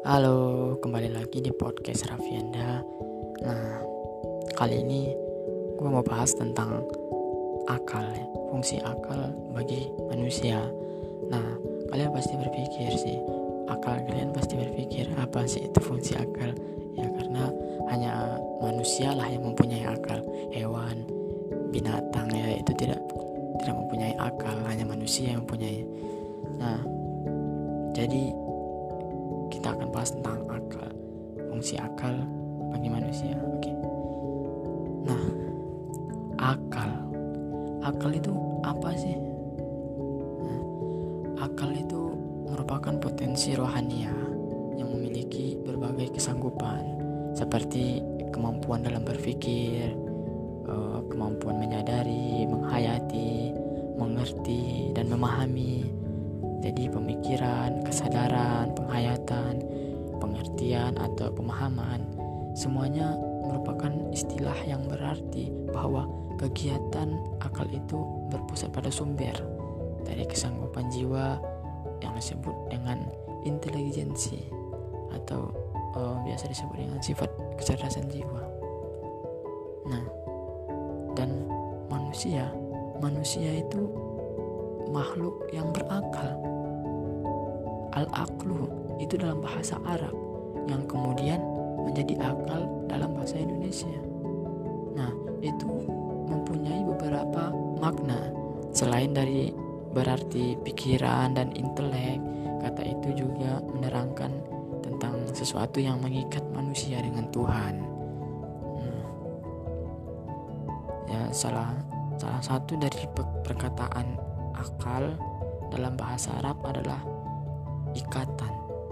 Halo, kembali lagi di podcast Raffianda. Nah, kali ini gue mau bahas tentang akal ya, fungsi akal bagi manusia. Nah, kalian pasti berpikir sih, kalian pasti berpikir apa sih itu fungsi akal? Ya karena hanya manusia lah yang mempunyai akal. Hewan, binatang ya itu tidak mempunyai akal, hanya manusia yang mempunyai. Nah, jadi kita akan bahas tentang akal, fungsi akal bagi manusia. Oke. Nah, akal itu apa sih? Nah, akal itu merupakan potensi rohania yang memiliki berbagai kesanggupan seperti kemampuan dalam berpikir, kemampuan menyadari, menghayati, mengerti, dan memahami. Jadi pemikiran, kesadaran, penghayatan, pengertian atau pemahaman, semuanya merupakan istilah yang berarti bahwa kegiatan akal itu berpusat pada sumber dari kesanggupan jiwa yang disebut dengan intelijensi atau biasa disebut dengan sifat kecerdasan jiwa. Nah, dan manusia itu makhluk yang berakal. Al-aqlu itu dalam bahasa Arab yang kemudian menjadi akal dalam bahasa Indonesia. Nah, itu mempunyai beberapa makna selain dari berarti pikiran dan intelek. Kata itu juga menerangkan tentang sesuatu yang mengikat manusia dengan Tuhan. Ya, salah satu dari perkataan akal dalam bahasa Arab adalah ikatan.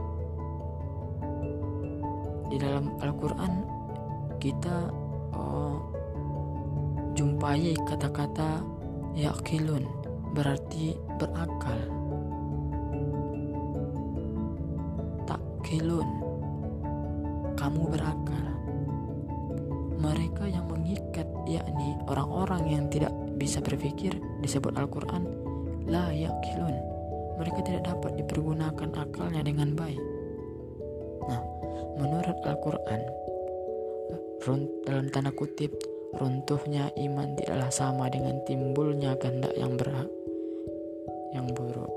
Di dalam Al-Quran kita jumpai kata-kata yaqilun, berarti berakal. Taqilun, kamu berakal. Mereka yang mengikat, yakni orang-orang yang tidak bisa berpikir, disebut Al-Quran la yaqilun. Mereka tidak dapat dipergunakan akalnya dengan baik. Nah, menurut Al-Quran, dalam tanda kutip, runtuhnya iman tidaklah sama dengan timbulnya kehendak yang buruk.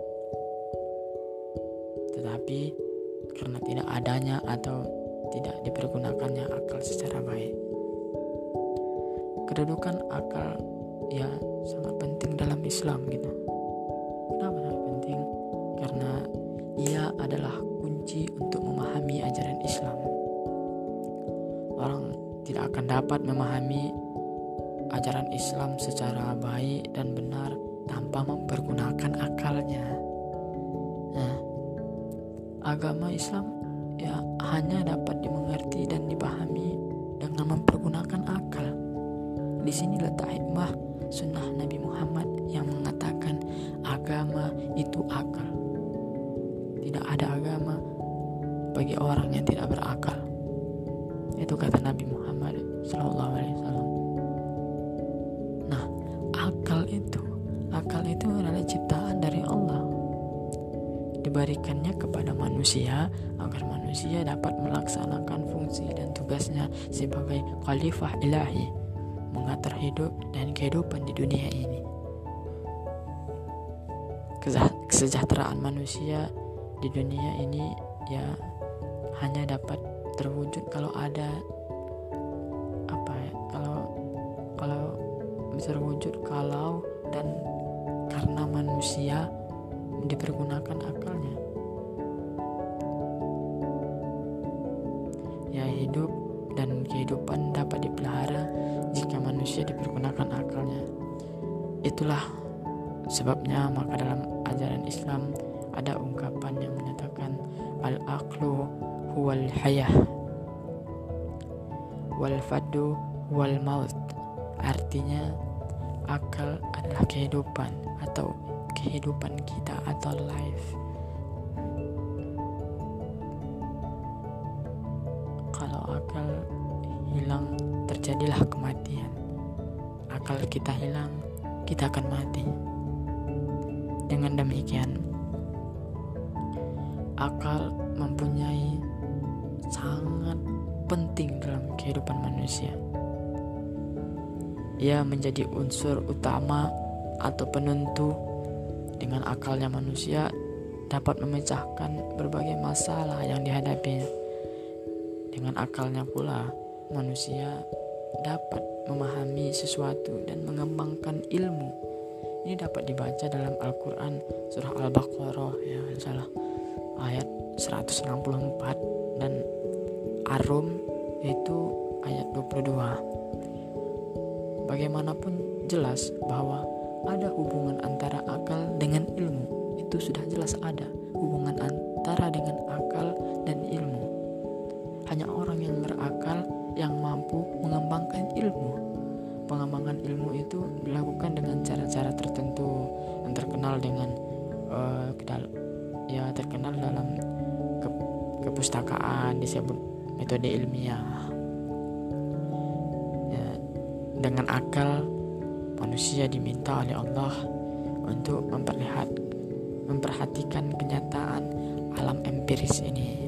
Tetapi karena tidak adanya atau tidak dipergunakannya akal secara baik. Kedudukan akal ya sangat penting dalam Islam gitu. Kenapa sangat penting? Karena ia adalah kunci untuk memahami ajaran Islam. Orang tidak akan dapat memahami ajaran Islam secara baik dan benar tanpa mempergunakan akalnya. Nah, agama Islam ya hanya dapat dimengerti dan dipahami dengan mempergunakan akal. Di sini letak hikmah sunnah Nabi Muhammad yang mengatakan agama itu akal. Tidak ada agama bagi orang yang tidak berakal. Itu kata Nabi Muhammad SAW. Nah, akal itu adalah ciptaan dari Allah. Diberikannya kepada manusia agar manusia dapat melaksanakan fungsi dan tugasnya sebagai khalifah ilahi, mengatur hidup dan kehidupan di dunia ini. Kesejahteraan manusia di dunia ini ya hanya dapat terwujud kalau ada kalau bisa terwujud kalau dan karena manusia dipergunakan akalnya. Ya, hidup dan kehidupan dapat dipelihara jika manusia dipergunakan akalnya. Itulah sebabnya maka dalam ajaran Islam ada ungkapan yang menyatakan al-aqlu huwal hayah wal faddu wal maut. Artinya akal adalah kehidupan atau kehidupan kita atau life. Kalau akal hilang, terjadilah kematian. Akal kita hilang, kita akan mati. Dengan demikian, akal mempunyai sangat penting dalam kehidupan manusia. Ia menjadi unsur utama atau penentu. Dengan akalnya manusia dapat memecahkan berbagai masalah yang dihadapinya. Dengan akalnya pula manusia dapat memahami sesuatu dan mengembangkan ilmu. Ini dapat dibaca dalam Al-Quran surah Al-Baqarah ayat 164 dan Ar-Rum itu ayat 22. Bagaimanapun jelas bahwa ada hubungan antara akal dengan ilmu. Itu sudah jelas ada hubungan antara dengan akal dan ilmu. Hanya orang yang berakal yang mampu mengembangkan ilmu. Pengembangan ilmu itu dilakukan dengan cara-cara tertentu yang terkenal dengan terkenal dalam kepustakaan disebut metode ilmiah. Dengan akal manusia diminta oleh Allah untuk memperhatikan kenyataan alam empiris ini,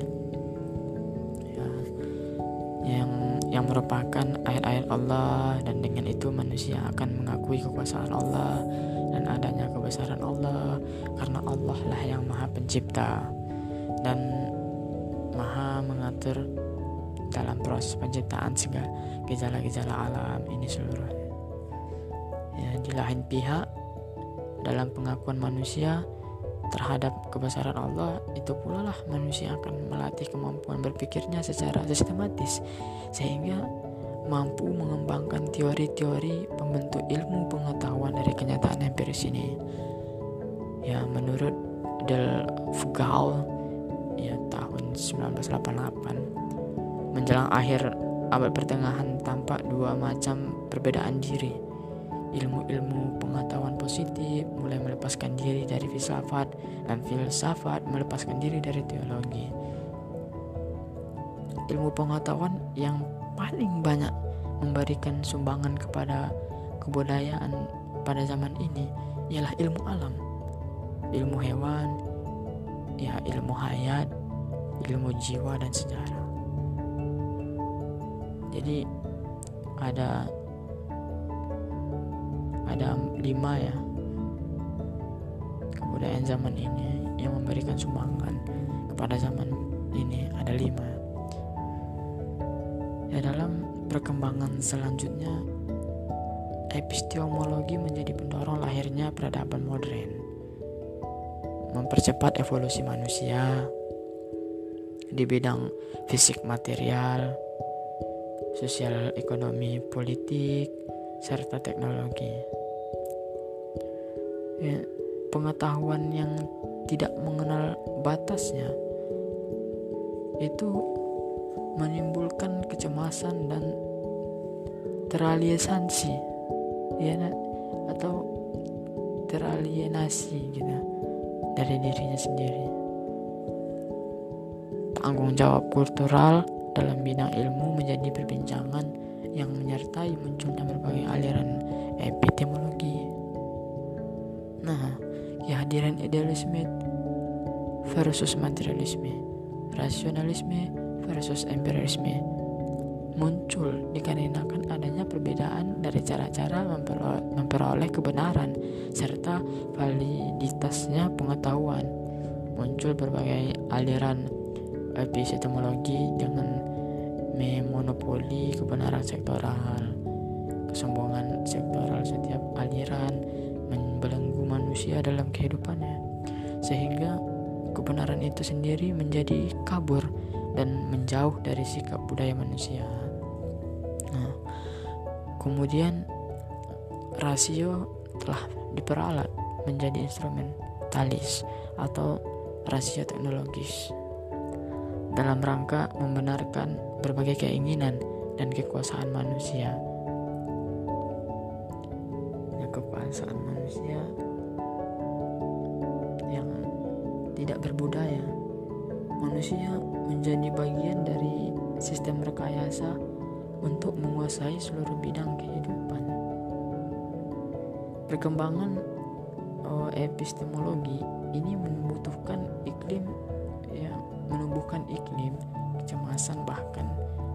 yang merupakan ayat-ayat Allah, dan dengan itu manusia akan mengakui kekuasaan Allah dan adanya kebesaran Allah, karena Allah lah yang Maha Pencipta dan Maha mengatur dalam proses penciptaan segala gejala-gejala alam ini seluruhnya. Di lain pihak, dalam pengakuan manusia terhadap kebesaran Allah, itu pula lah manusia akan melatih kemampuan berpikirnya secara sistematis sehingga mampu mengembangkan teori-teori pembentuk ilmu pengetahuan dari kenyataan empiris ini. Menurut Del Fugao tahun 1988, menjelang akhir abad pertengahan tampak dua macam perbedaan diri. Ilmu-ilmu pengetahuan positif mulai melepaskan diri dari filsafat, dan filsafat melepaskan diri dari teologi. Ilmu pengetahuan yang paling banyak memberikan sumbangan kepada kebudayaan pada zaman ini ialah ilmu alam, ilmu hewan, ilmu hayat, ilmu jiwa dan sejarah. Jadi ada 5 kebudayaan zaman ini yang memberikan sumbangan kepada zaman ini. Ada 5. Dalam perkembangan selanjutnya, epistemologi menjadi pendorong lahirnya peradaban modern, mempercepat evolusi manusia di bidang fisik material, sosial ekonomi politik, serta teknologi. Pengetahuan yang tidak mengenal batasnya itu menimbulkan kecemasan dan teralienasi atau teralienasi dari dirinya sendiri. Tanggung jawab kultural dalam bidang ilmu menjadi perbincangan yang menyertai munculnya berbagai aliran epistemologi. Kehadiran idealisme versus materialisme, rasionalisme versus empirisme muncul dikarenakan adanya perbedaan dari cara-cara memperoleh kebenaran serta validitasnya pengetahuan. Muncul berbagai aliran epistemologi dengan memonopoli kebenaran sektoral. Kesombongan sektoral setiap aliran membelenggu manusia dalam kehidupannya, sehingga kebenaran itu sendiri menjadi kabur dan menjauh dari sikap budaya manusia. Kemudian rasio telah diperalat menjadi instrumentalis atau rasio teknologis dalam rangka membenarkan berbagai keinginan dan kekuasaan manusia. Kekuasaan manusia yang tidak berbudaya. Manusia menjadi bagian dari sistem rekayasa untuk menguasai seluruh bidang kehidupan. Perkembangan epistemologi ini membutuhkan iklim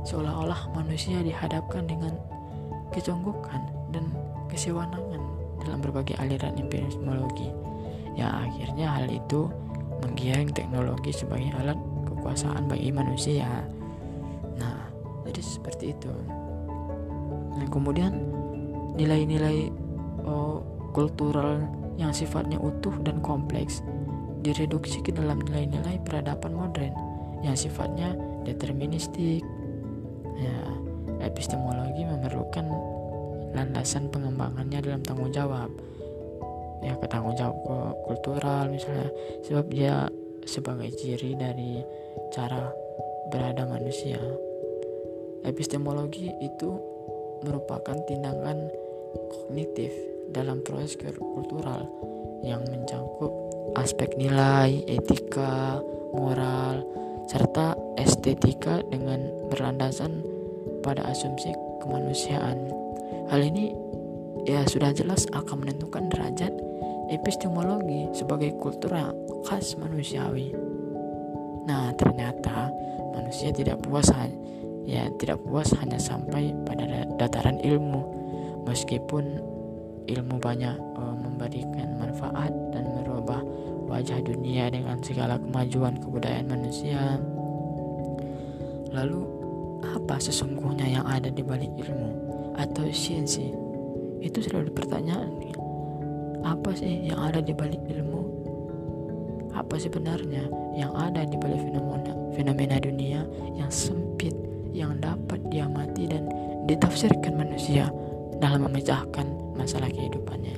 seolah-olah manusia dihadapkan dengan keconggokan dan kesewenangan dalam berbagai aliran epistemologi. Ya, akhirnya hal itu menggiring teknologi sebagai alat kekuasaan bagi manusia. Nah, jadi seperti itu. Nah, kemudian nilai-nilai kultural yang sifatnya utuh dan kompleks direduksi ke dalam nilai-nilai peradaban modern yang sifatnya deterministik. Ya, epistemologi memerlukan landasan pengembangannya dalam tanggung jawab. Ya, tanggung jawab kultural misalnya, sebab dia sebagai ciri dari cara berada manusia. Epistemologi itu merupakan tindakan kognitif dalam proses kultural yang mencakup aspek nilai, etika, moral, serta estetika dengan berlandasan pada asumsi kemanusiaan. Hal ini ya sudah jelas akan menentukan derajat epistemologi sebagai kultur yang khas manusiawi. Nah, ternyata manusia tidak puas hanya sampai pada dataran ilmu, meskipun ilmu banyak memberikan manfaat dan merubah wajah dunia dengan segala kemajuan kebudayaan manusia. Lalu, apa sesungguhnya yang ada di balik ilmu atau sainsi? Itu selalu pertanyaan. Apa sih yang ada di balik ilmu? Apa sebenarnya yang ada di balik fenomena dunia yang sempit, yang dapat diamati dan ditafsirkan manusia dalam memecahkan masalah kehidupannya?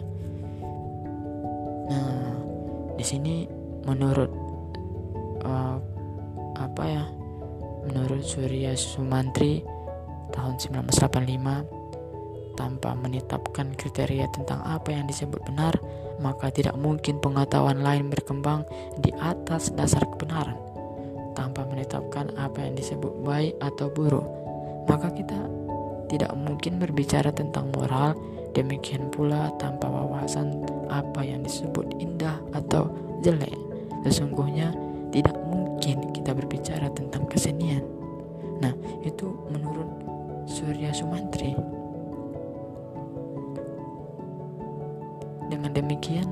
Nah, di sini menurut Surya Sumantri tahun 1985, tanpa menetapkan kriteria tentang apa yang disebut benar, maka tidak mungkin pengetahuan lain berkembang di atas dasar kebenaran. Tanpa menetapkan apa yang disebut baik atau buruk, maka kita tidak mungkin berbicara tentang moral. Demikian pula tanpa wawasan apa yang disebut indah atau jelek, sesungguhnya tidak mungkin kita berbicara tentang kesenian. Nah, itu menurut Surya Sumantri. Dengan demikian,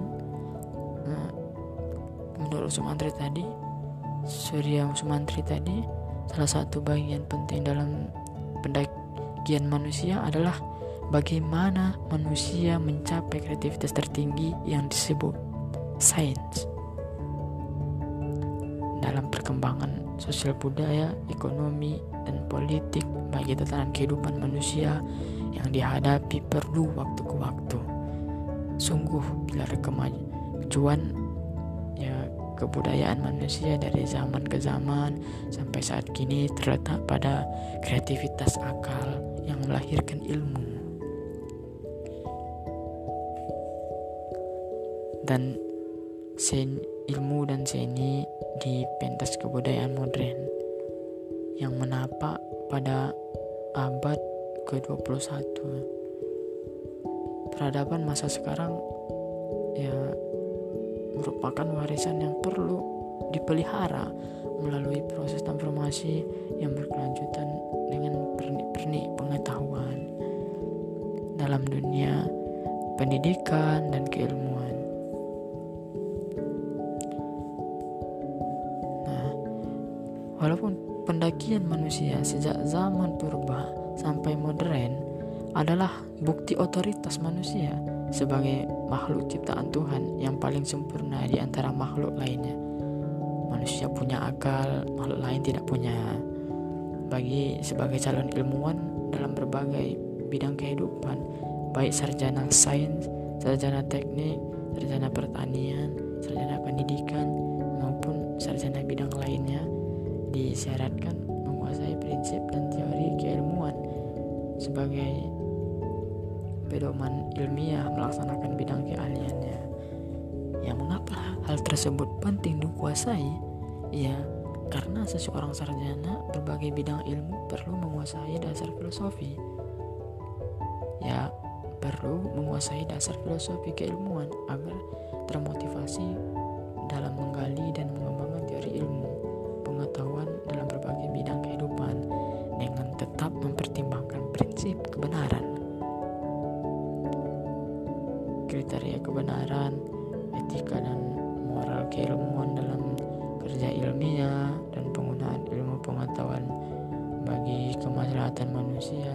menurut Surya Sumantri tadi, salah satu bagian penting dalam pendakian manusia adalah bagaimana manusia mencapai kreativitas tertinggi yang disebut sains. Dalam perkembangan sosial budaya, ekonomi, dan politik bagi tatanan kehidupan manusia yang dihadapi perlu waktu ke waktu. Sungguh pilar kemajuan kebudayaan manusia dari zaman ke zaman sampai saat kini terletak pada kreativitas akal yang melahirkan ilmu. Dan ilmu dan seni di pentas kebudayaan modern yang menapak pada abad ke-21. Peradaban masa sekarang merupakan warisan yang perlu dipelihara melalui proses transformasi yang berkelanjutan dengan pernik-pernik pengetahuan dalam dunia pendidikan dan keilmuan. Nah, walaupun pendakian manusia sejak zaman purba sampai modern adalah bukti otoritas manusia sebagai makhluk ciptaan Tuhan yang paling sempurna di antara makhluk lainnya. Manusia punya akal, makhluk lain tidak punya. Sebagai calon ilmuwan dalam berbagai bidang kehidupan, baik sarjana sains, sarjana teknik, sarjana pertanian, sarjana pendidikan, maupun sarjana bidang lainnya, disyaratkan menguasai prinsip dan teori keilmuan sebagai pedoman ilmiah melaksanakan bidang keahliannya. Ya, mengapa hal tersebut penting dikuasai? Ya, karena seseorang sarjana berbagai bidang ilmu perlu menguasai dasar filosofi. Ya, perlu menguasai dasar filosofi keilmuan agar termotivasi dalam menggali dan mengembangkan teori ilmu pengetahuan dalam berbagai bidang kehidupan dengan tetap karya ilmiah dan penggunaan ilmu pengetahuan bagi kemaslahatan manusia.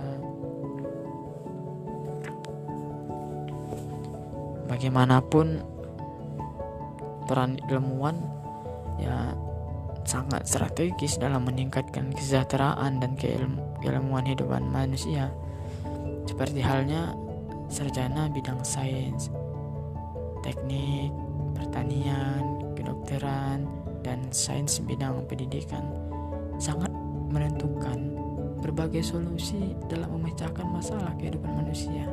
Bagaimanapun peran ilmuwan ya sangat strategis dalam meningkatkan kesejahteraan dan keilmuan hidupan manusia, seperti halnya sarjana bidang sains, teknik, pertanian, kedokteran, dan sains bidang pendidikan sangat menentukan berbagai solusi dalam memecahkan masalah kehidupan manusia.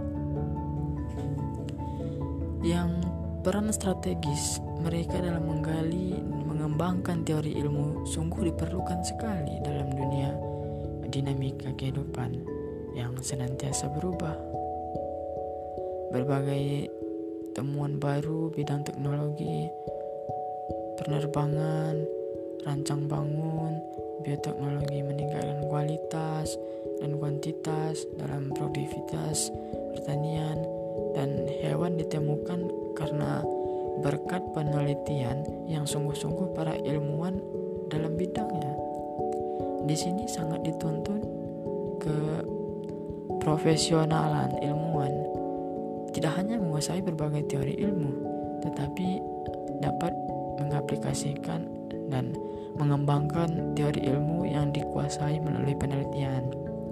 Yang peran strategis mereka dalam menggali dan mengembangkan teori ilmu sungguh diperlukan sekali dalam dunia dinamika kehidupan yang senantiasa berubah. Berbagai temuan baru bidang teknologi, penerbangan, rancang bangun, bioteknologi meningkatkan kualitas dan kuantitas dalam produktivitas pertanian dan hewan ditemukan karena berkat penelitian yang sungguh-sungguh para ilmuwan dalam bidangnya. Di sini sangat dituntut keprofesionalan ilmuwan, tidak hanya menguasai berbagai teori ilmu, tetapi dapat mengaplikasikan dan mengembangkan teori ilmu yang dikuasai melalui penelitian.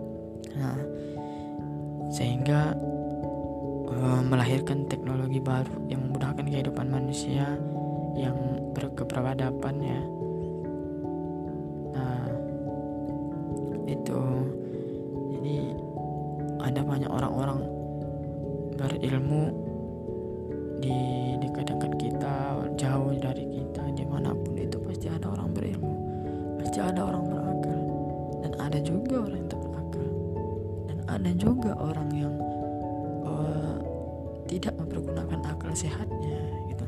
Sehingga melahirkan teknologi baru yang memudahkan kehidupan manusia yang berkeperadaban ya. Itu. Jadi ada banyak orang-orang berilmu di dekat-dekat kita, jauh dari kita, dimanapun itu pasti ada orang berilmu, pasti ada orang berakal, dan ada juga orang yang tak berakal, dan ada juga orang yang tidak mempergunakan akal sehatnya gitu.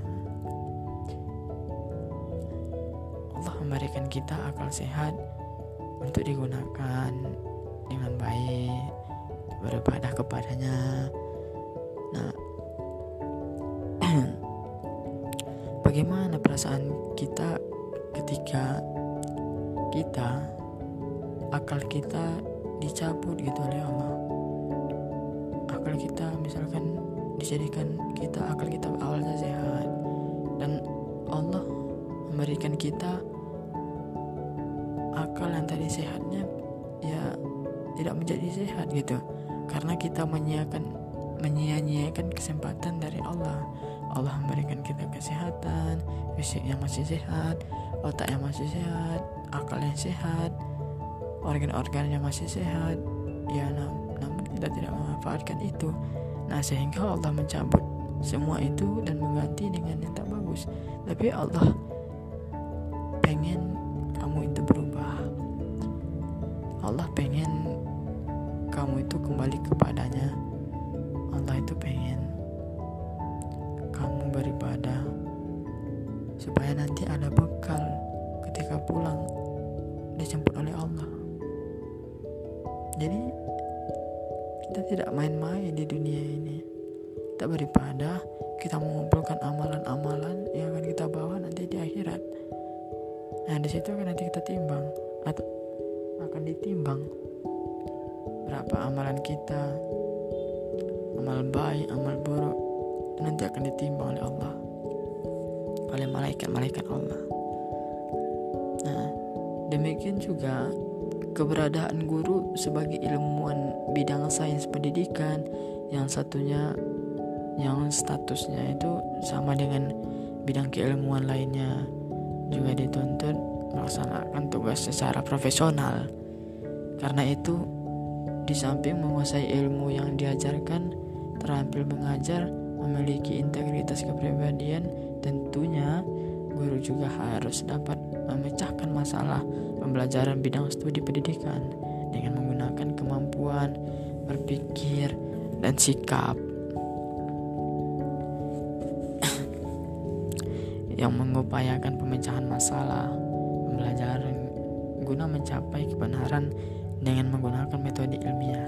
Allah memberikan kita akal sehat untuk digunakan dengan baik, beribadah kepadanya. Bagaimana perasaan kita ketika akal kita dicabut gitu oleh Allah? Akal kita misalkan dijadikan akal kita awalnya sehat, dan Allah memberikan kita akal yang tadi sehatnya ya tidak menjadi sehat gitu, karena kita menyia-nyiakan kesempatan dari Allah. Allah memberikan kita kesehatan, fisiknya masih sehat, otaknya masih sehat, akalnya sehat, organ-organnya masih sehat ya, namun kita tidak memanfaatkan itu. Sehingga Allah mencabut semua itu dan mengganti dengan yang tak bagus. Tapi Allah pengen kamu itu berubah. Allah pengen kamu itu kembali kepadanya. Allah itu pengen kamu beribadah supaya nanti ada bekal ketika pulang dijemput oleh Allah. Jadi kita tidak main-main di dunia ini. Kita beribadah, kita mengumpulkan amalan-amalan yang akan kita bawa nanti di akhirat. Di situ kan nanti kita timbang atau akan ditimbang berapa amalan kita, amal baik, amal buruk, dan nanti akan ditimbang oleh Allah, oleh malaikat-malaikat Allah. Demikian juga keberadaan guru sebagai ilmuwan bidang sains pendidikan, yang satunya yang statusnya itu sama dengan bidang keilmuan lainnya, juga dituntut melaksanakan tugas secara profesional. Karena itu, di samping menguasai ilmu yang diajarkan, terampil mengajar, memiliki integritas kepribadian, tentunya guru juga harus dapat memecahkan masalah pembelajaran bidang studi pendidikan dengan menggunakan kemampuan berpikir dan sikap yang mengupayakan pemecahan masalah pembelajaran guna mencapai kebenaran dengan menggunakan metode ilmiah.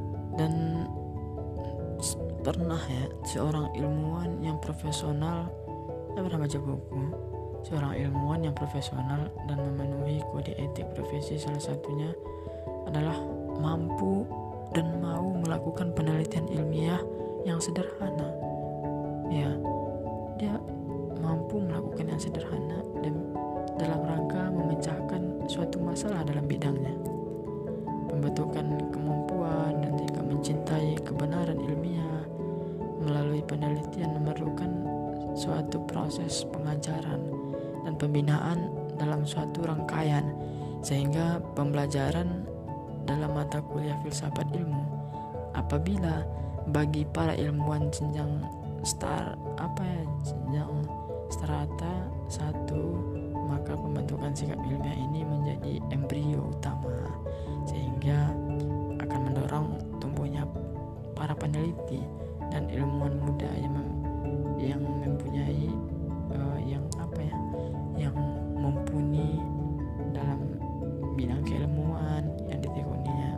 Dan pernah ya seorang ilmuwan yang profesional Saya pernah baca buku seorang ilmuwan yang profesional dan memenuhi kode etik profesi. Salah satunya adalah mampu dan mau melakukan penelitian ilmiah yang sederhana. Ya, dia mampu melakukan yang sederhana dan dalam rangka memecahkan suatu masalah dalam bidangnya. Pembentukan kemampuan dan juga mencintai kebenaran ilmiah melalui penelitian memerlukan suatu proses pengajaran dan pembinaan dalam suatu rangkaian, sehingga pembelajaran dalam mata kuliah filsafat ilmu apabila bagi para ilmuwan jenjang jenjang strata 1, maka pembentukan sikap ilmiah ini menjadi embrio utama sehingga akan mendorong tumbuhnya para peneliti dan ilmuwan muda yang mempunyai yang mumpuni dalam bidang keilmuan yang ditekuninya.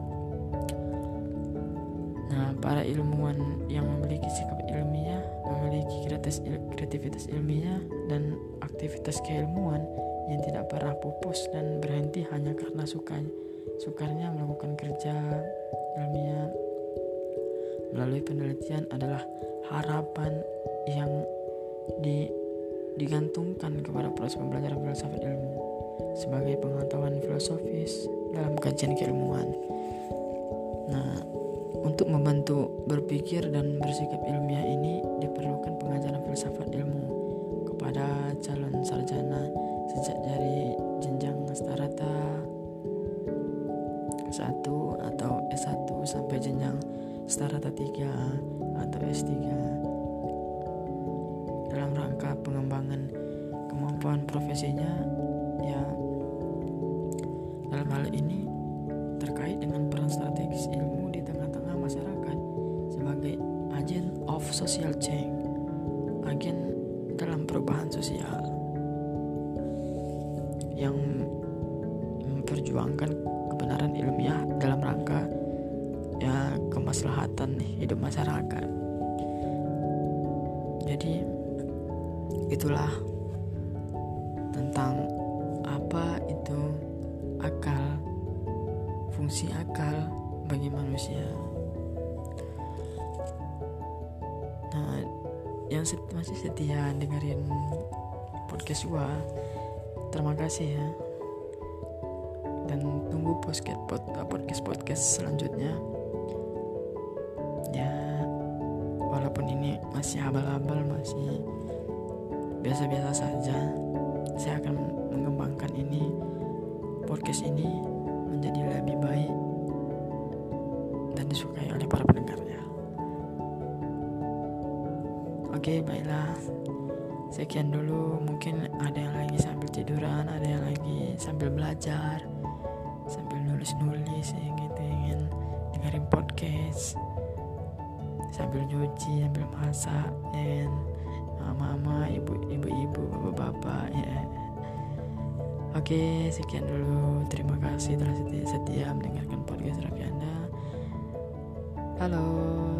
Nah, para ilmuwan yang memiliki sikap ilmiah memiliki kreativitas ilmiah dan aktivitas keilmuan yang tidak pernah pupus dan berhenti hanya karena sukarnya melakukan kerja ilmiah melalui penelitian adalah harapan yang digantungkan kepada proses pembelajaran filsafat ilmu sebagai pengetahuan filosofis dalam kajian keilmuan. Nah, untuk membantu berpikir dan bersikap ilmiah ini diperlukan pengajaran filsafat ilmu kepada calon sarjana sejak dari jenjang strata 1 atau S1 sampai jenjang strata 3 atau S3 dalam rangka pengembangan kemampuan profesinya. Ya, dalam hal ini terkait dengan peran strategis ilmu di tengah-tengah masyarakat sebagai agent of social change, agen dalam perubahan sosial yang memperjuangkan kebenaran ilmiah dalam rangka kemaslahatan hidup masyarakat. Jadi itulah tentang apa itu akal, fungsi akal bagi manusia. Nah, yang masih setia dengerin podcast gua, terima kasih ya. Dan tunggu podcast selanjutnya. Ya, walaupun ini masih abal-abal, masih biasa-biasa saja, saya akan mengembangkan podcast ini menjadi lebih baik dan disukai oleh para pendengarnya. Oke, baiklah. Sekian dulu. Mungkin ada yang lagi sambil tiduran, ada yang lagi sambil belajar, sambil nulis-nulis yang gitu, ingin dengerin podcast, sambil nyuci, sambil masak, dan mama, ibu-ibu, bapak-bapak ya. Oke, sekian dulu. Terima kasih telah setia mendengarkan podcast Raffi Anda. Halo.